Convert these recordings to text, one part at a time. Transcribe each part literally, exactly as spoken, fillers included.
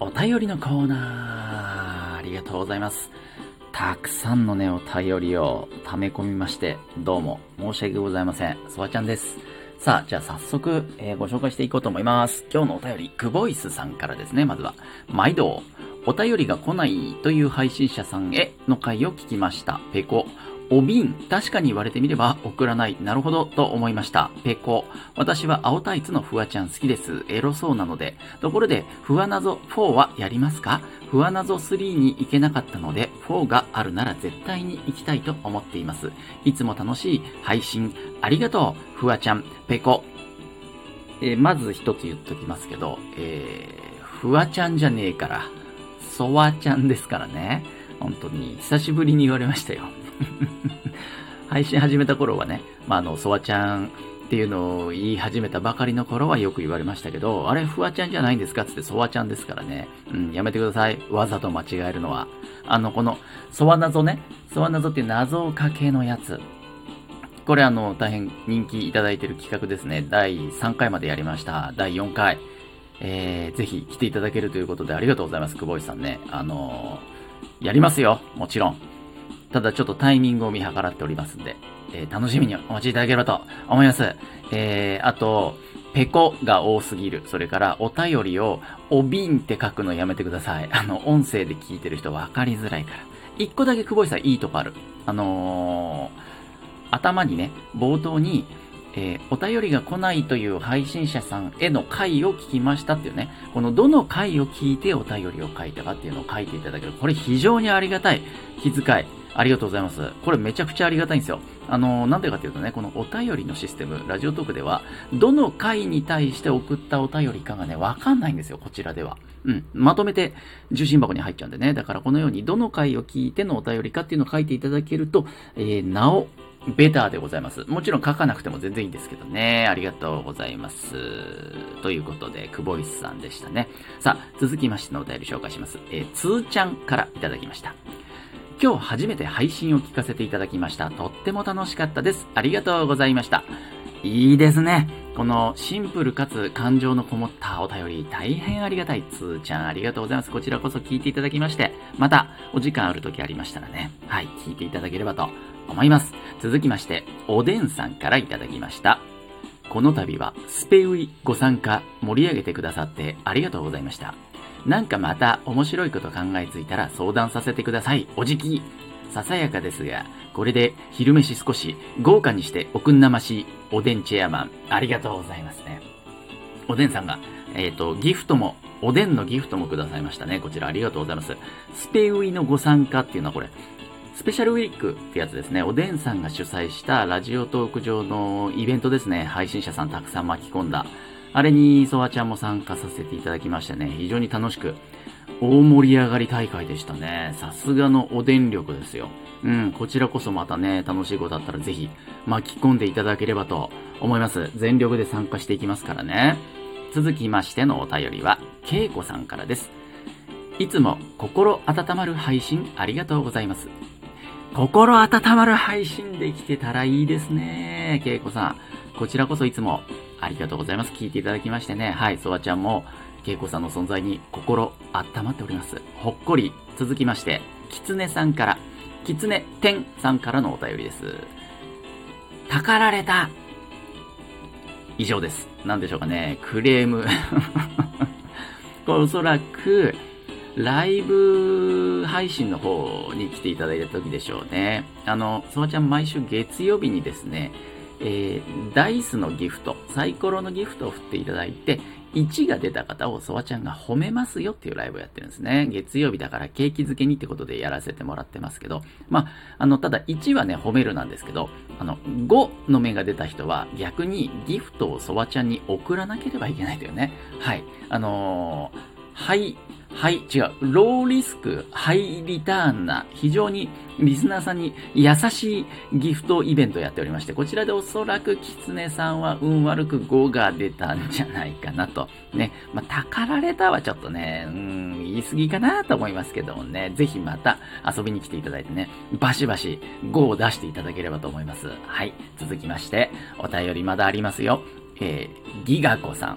お便りのコーナー、ありがとうございます。たくさんのね、お便りを溜め込みまして、どうも申し訳ございません。そわちゃんです。さあ、じゃあ早速、えー、ご紹介していこうと思います。今日のお便り、クボイスさんからですね。まずは、毎度、お便りが来ないという配信者さんへの回を聞きました。ペコ。お瓶、確かに言われてみれば送らない。なるほど、と思いました。ペコ。私は青タイツのフワちゃん好きです。エロそうなので。ところで、フワナゾフォーはやりますか？フワナゾスリーに行けなかったので、フォーがあるなら絶対に行きたいと思っています。いつも楽しい配信、ありがとう、フワちゃん、ペコ。えー、まず一つ言っときますけど、えー、フワちゃんじゃねえから、ソワちゃんですからね。本当に、久しぶりに言われましたよ。配信始めた頃はね、まあ、あの、ソワちゃんっていうのを言い始めたばかりの頃はよく言われましたけど、あれ、フワちゃんじゃないんですかつってソワちゃんですからね。うん、やめてください。わざと間違えるのは。あの、この、ソワ謎ね。ソワ謎っていう謎かけのやつ。これあの、大変人気いただいている企画ですね。だいさんかいまでやりました。だいよんかい。えー、ぜひ来ていただけるということでありがとうございます。久保井さんね。あのー、やりますよ。もちろん。ただちょっとタイミングを見計らっておりますんで、えー、楽しみにお待ちいただければと思います。えー、あと、ペコが多すぎる。それからお便りをお瓶って書くのやめてください。あの、音声で聞いてる人分かりづらいから。一個だけ久保井さんいいとこある。あのー、頭にね、冒頭に、えー、お便りが来ないという配信者さんへの回を聞きましたっていうね、このどの回を聞いてお便りを書いたかっていうのを書いていただける。これ非常にありがたい気遣い。ありがとうございます。これめちゃくちゃありがたいんですよ。あのー、なんでかっていうとね、このお便りのシステム、ラジオトークでは、どの回に対して送ったお便りかがね、わかんないんですよ、こちらでは。うん。まとめて受信箱に入っちゃうんでね。だからこのように、どの回を聞いてのお便りかっていうのを書いていただけると、えー、なお、ベターでございます。もちろん書かなくても全然いいんですけどね。ありがとうございます。ということで、クボイスさんでしたね。さあ、続きましてのお便り紹介します。えー、つーちゃんからいただきました。今日初めて配信を聞かせていただきました。とっても楽しかったです。ありがとうございました。いいですね。このシンプルかつ感情のこもったお便り、大変ありがたい。つーちゃんありがとうございます。こちらこそ聞いていただきまして、またお時間ある時ありましたらね、はい、聞いていただければと思います。続きまして、おでんさんからいただきました。この度はスペウイご参加盛り上げてくださってありがとうございました。なんかまた面白いこと考えついたら相談させてください。おじき。ささやかですが、これで昼飯少し豪華にしておくんなましおでんチェアマン。ありがとうございますね。おでんさんが、えっと、ギフトも、おでんのギフトもくださいましたね。こちらありがとうございます。スペウイのご参加っていうのはこれ、スペシャルウィークってやつですね。おでんさんが主催したラジオトーク上のイベントですね。配信者さんたくさん巻き込んだ。あれにソワちゃんも参加させていただきましてね、非常に楽しく、大盛り上がり大会でしたね。さすがのおでん力ですよ。うん、こちらこそまたね、楽しいことあったらぜひ巻き込んでいただければと思います。全力で参加していきますからね。続きましてのお便りは、けいこさんからです。いつも心温まる配信ありがとうございます。心温まる配信できてたらいいですね。けいこさん、こちらこそいつもありがとうございます。聞いていただきましてね。はい、そわちゃんも、けいこさんの存在に心温まっております。ほっこり。続きまして、きつねさんから、きつねてんさんからのお便りです。たかられた。以上です。なんでしょうかね。クレーム。これおそらく、ライブ配信の方に来ていただいた時でしょうね。あの、そわちゃん毎週月曜日にですね、えー、ダイスのギフト、サイコロのギフトを振っていただいて、いちが出た方をソワちゃんが褒めますよっていうライブをやってるんですね。月曜日だから景気づけにってことでやらせてもらってますけど、まあ、あの、ただいちはね、褒めるなんですけど、あの、ごの目が出た人は逆にギフトをソワちゃんに送らなければいけないというね。はい。あのー、はい。はい、違う。ローリスク、ハイリターンな、非常にリスナーさんに優しいギフトイベントをやっておりまして、こちらでおそらくキツネさんは運悪くごが出たんじゃないかなと。ね。まあ、たかられたはちょっとね、うーん、言い過ぎかなと思いますけどもね、ぜひまた遊びに来ていただいてね、バシバシごを出していただければと思います。はい。続きまして、お便りまだありますよ。えー、ギガコさん。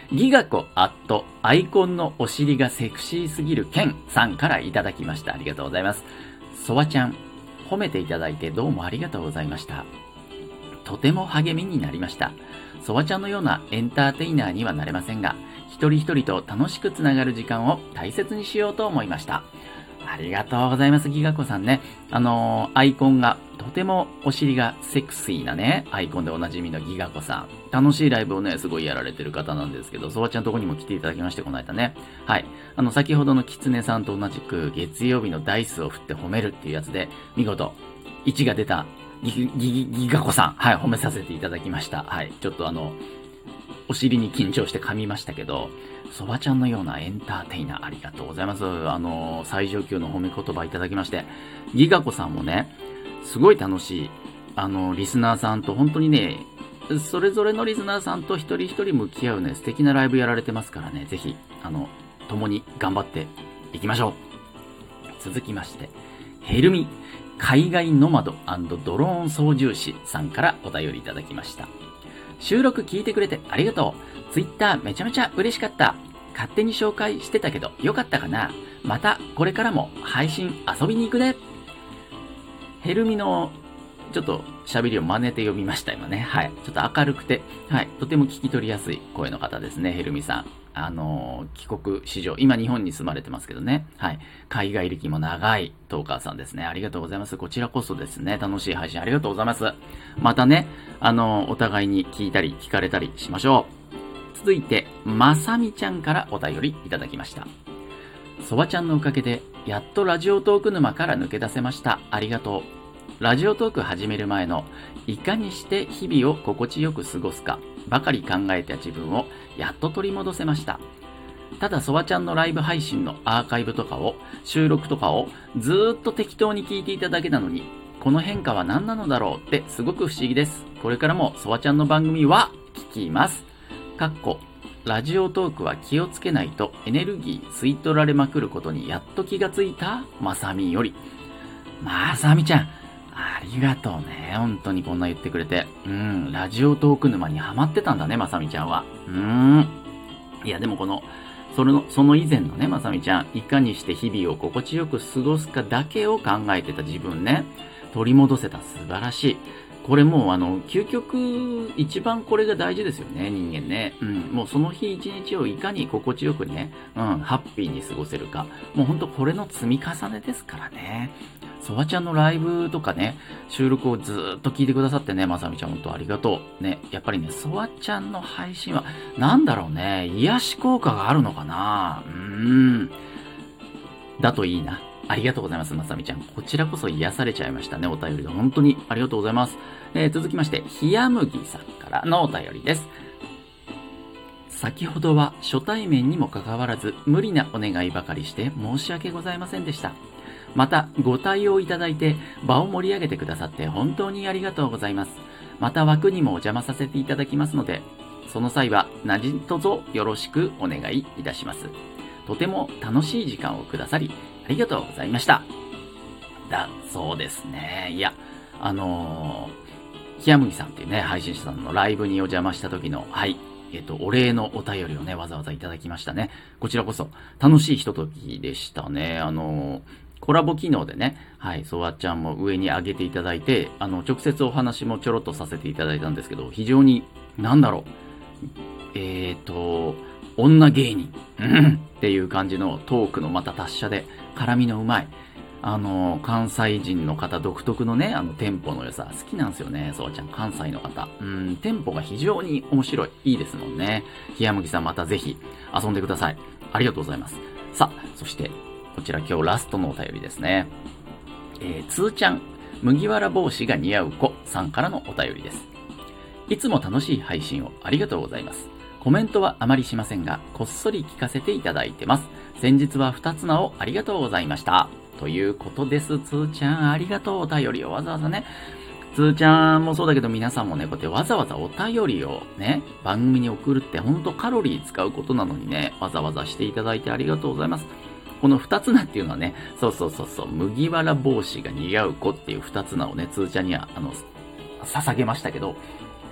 ギガコアットアイコンのお尻がセクシーすぎるケンさんからいただきました。ありがとうございます。ソワちゃん、褒めていただいてどうもありがとうございました。とても励みになりました。ソワちゃんのようなエンターテイナーにはなれませんが、一人一人と楽しくつながる時間を大切にしようと思いました。ありがとうございます、ギガコさんね。あのー、アイコンが、とてもお尻がセクシーなね、アイコンでおなじみのギガコさん。楽しいライブをね、すごいやられてる方なんですけど、ソワちゃんとこにも来ていただきまして、この間ね。はい。あの、先ほどのキツネさんと同じく、月曜日のダイスを振って褒めるっていうやつで、見事、いちが出たギ、ギ、ギガコさん。はい、褒めさせていただきました。はい。ちょっとあの、お尻に緊張して噛みましたけど、ソワちゃんのようなエンターテイナーありがとうございます。あの、最上級の褒め言葉いただきまして、ギガコさんもね、すごい楽しい、あの、リスナーさんと本当にね、それぞれのリスナーさんと一人一人向き合うね、素敵なライブやられてますからね、ぜひ、あの、共に頑張っていきましょう。続きまして、ヘルミ、海外ノマド&ドローン操縦士さんからお便りいただきました。収録聞いてくれてありがとう。ツイッターめちゃめちゃ嬉しかった。勝手に紹介してたけどよかったかな。またこれからも配信遊びに行くね。ヘルミのちょっと喋りを真似て読みました今ね。はい。ちょっと明るくて、はい。とても聞き取りやすい声の方ですね、ヘルミさん。あのー、帰国子女、今日本に住まれてますけどね。はい。海外歴も長いトーカーさんですね。ありがとうございます。こちらこそですね、楽しい配信ありがとうございます。またね、あのー、お互いに聞いたり聞かれたりしましょう。続いて、まさみちゃんからお便りいただきました。そばちゃんのおかげで、やっとラジオトーク沼から抜け出せました。ありがとう。ラジオトーク始める前の、いかにして日々を心地よく過ごすかばかり考えた自分をやっと取り戻せました。ただそばちゃんのライブ配信のアーカイブとかを、収録とかをずーっと適当に聞いていただけなのに、この変化は何なのだろうってすごく不思議です。これからもそばちゃんの番組は聞きます。かっこラジオトークは気をつけないとエネルギー吸い取られまくることにやっと気がついたまさみより。まさみちゃん、ありがとうね。本当にこんな言ってくれて。うん、ラジオトーク沼にハマってたんだね、まさみちゃんは。うーん。いや、でもこの、それの、その以前のね、まさみちゃん、いかにして日々を心地よく過ごすかだけを考えてた自分ね、取り戻せた。素晴らしい。これもうあの、究極、一番これが大事ですよね、人間ね。うん、もうその日一日をいかに心地よくね、うん、ハッピーに過ごせるか。もうほんとこれの積み重ねですからね。そばちゃんのライブとかね、収録をずーっと聞いてくださってね、まさみちゃんほんとありがとう。ね、やっぱりね、そばちゃんの配信は、なんだろうね、癒し効果があるのかな。うーん。だといいな。ありがとうございます、まさみちゃん。こちらこそ癒されちゃいましたね、お便りで。本当にありがとうございます。えー、続きまして、ひやむぎさんからのお便りです。先ほどは初対面にもかかわらず、無理なお願いばかりして申し訳ございませんでした。また、ご対応いただいて、場を盛り上げてくださって本当にありがとうございます。また枠にもお邪魔させていただきますので、その際は何卒よろしくお願いいたします。とても楽しい時間をくださり、ありがとうございました。だ、そうですね。いや、あのー、ひやむぎさんっていうね、配信者さんのライブにお邪魔した時の、はい、えっと、お礼のお便りをね、わざわざいただきましたね。こちらこそ、楽しいひとときでしたね。あのー、コラボ機能でね、はい、そわちゃんも上に上げていただいて、あの、直接お話もちょろっとさせていただいたんですけど、非常に、なんだろう、えーと、女芸人、うん、っていう感じのトークのまた達者で、絡みのうまい、あの、関西人の方独特のね、あの、テンポの良さ、好きなんですよね、そわちゃん、関西の方。うん、テンポが非常に面白い、いいですもんね。ひやむぎさんまたぜひ遊んでください。ありがとうございます。さあ、そして、こちら今日ラストのお便りですね。えー、つーちゃん、麦わら帽子が似合う子さんからのお便りです。いつも楽しい配信をありがとうございます。コメントはあまりしませんが、こっそり聞かせていただいてます。先日は二つ名をありがとうございました。ということです。つーちゃん、ありがとう。お便りをわざわざね。つーちゃんもそうだけど皆さんもね、こうやってわざわざお便りをね、番組に送るってほんとカロリー使うことなのにね、わざわざしていただいてありがとうございます。この二つ名っていうのはね、そうそうそうそう、麦わら帽子が似合う子っていう二つ名をね、つーちゃんには、あの、捧げましたけど、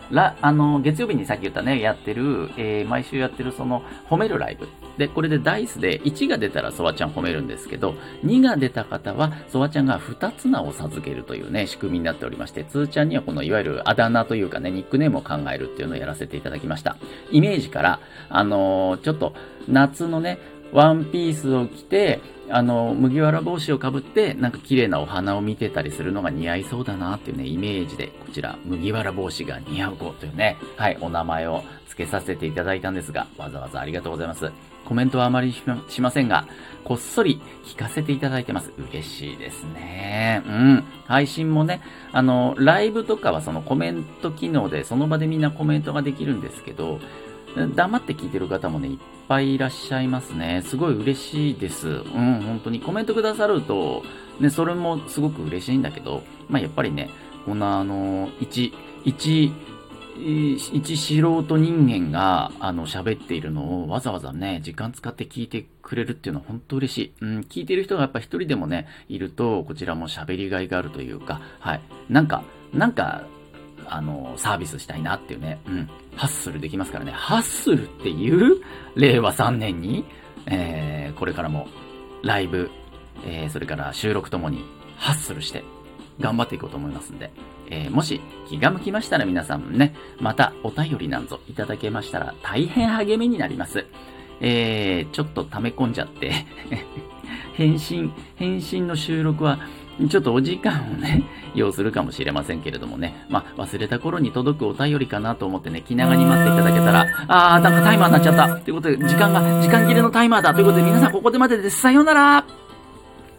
ら、あの、月曜日にさっき言ったね、やってる、えー、毎週やってるその、褒めるライブ。で、これでダイスでいちが出たらソワちゃん褒めるんですけど、にが出た方は、ソワちゃんがふたつ名を授けるというね、仕組みになっておりまして、つーちゃんにはこのいわゆるあだ名というかね、ニックネームを考えるっていうのをやらせていただきました。イメージから、あのー、ちょっと、夏のね、ワンピースを着て、あの、麦わら帽子をかぶって、なんか綺麗なお花を見てたりするのが似合いそうだなっていうね、イメージで、こちら、麦わら帽子が似合う子というね、はい、お名前を付けさせていただいたんですが、わざわざありがとうございます。コメントはあまりし ま, しませんが、こっそり聞かせていただいてます。嬉しいですね。うん。配信もね、あの、ライブとかはそのコメント機能で、その場でみんなコメントができるんですけど、黙って聞いてる方もね、いっぱいいらっしゃいますね。すごい嬉しいです。うん、本当にコメントくださると、ね、それもすごく嬉しいんだけど、まあ、やっぱりね、こんなあの、一、一、一素人人間が、あの、喋っているのをわざわざね、時間使って聞いてくれるっていうのは本当嬉しい。うん、聞いてる人がやっぱ一人でもね、いると、こちらも喋りがいがあるというか、はい。なんか、なんか、あの、サービスしたいなっていうね、うん、ハッスルできますからね。ハッスルっていう令和さんねんに、えー、これからもライブ、えー、それから収録ともにハッスルして頑張っていこうと思いますんで、えー、もし気が向きましたら皆さんね、またお便りなんぞいただけましたら大変励みになります。えー、ちょっと溜め込んじゃって返信、返信の収録はちょっとお時間をね、要するかもしれませんけれどもね。まあ、忘れた頃に届くお便りかなと思ってね、気長に待っていただけたら、あー、なんかタイマーになっちゃった。ということで、時間が、時間切れのタイマーだ。ということで、皆さんここでまでです。さようなら。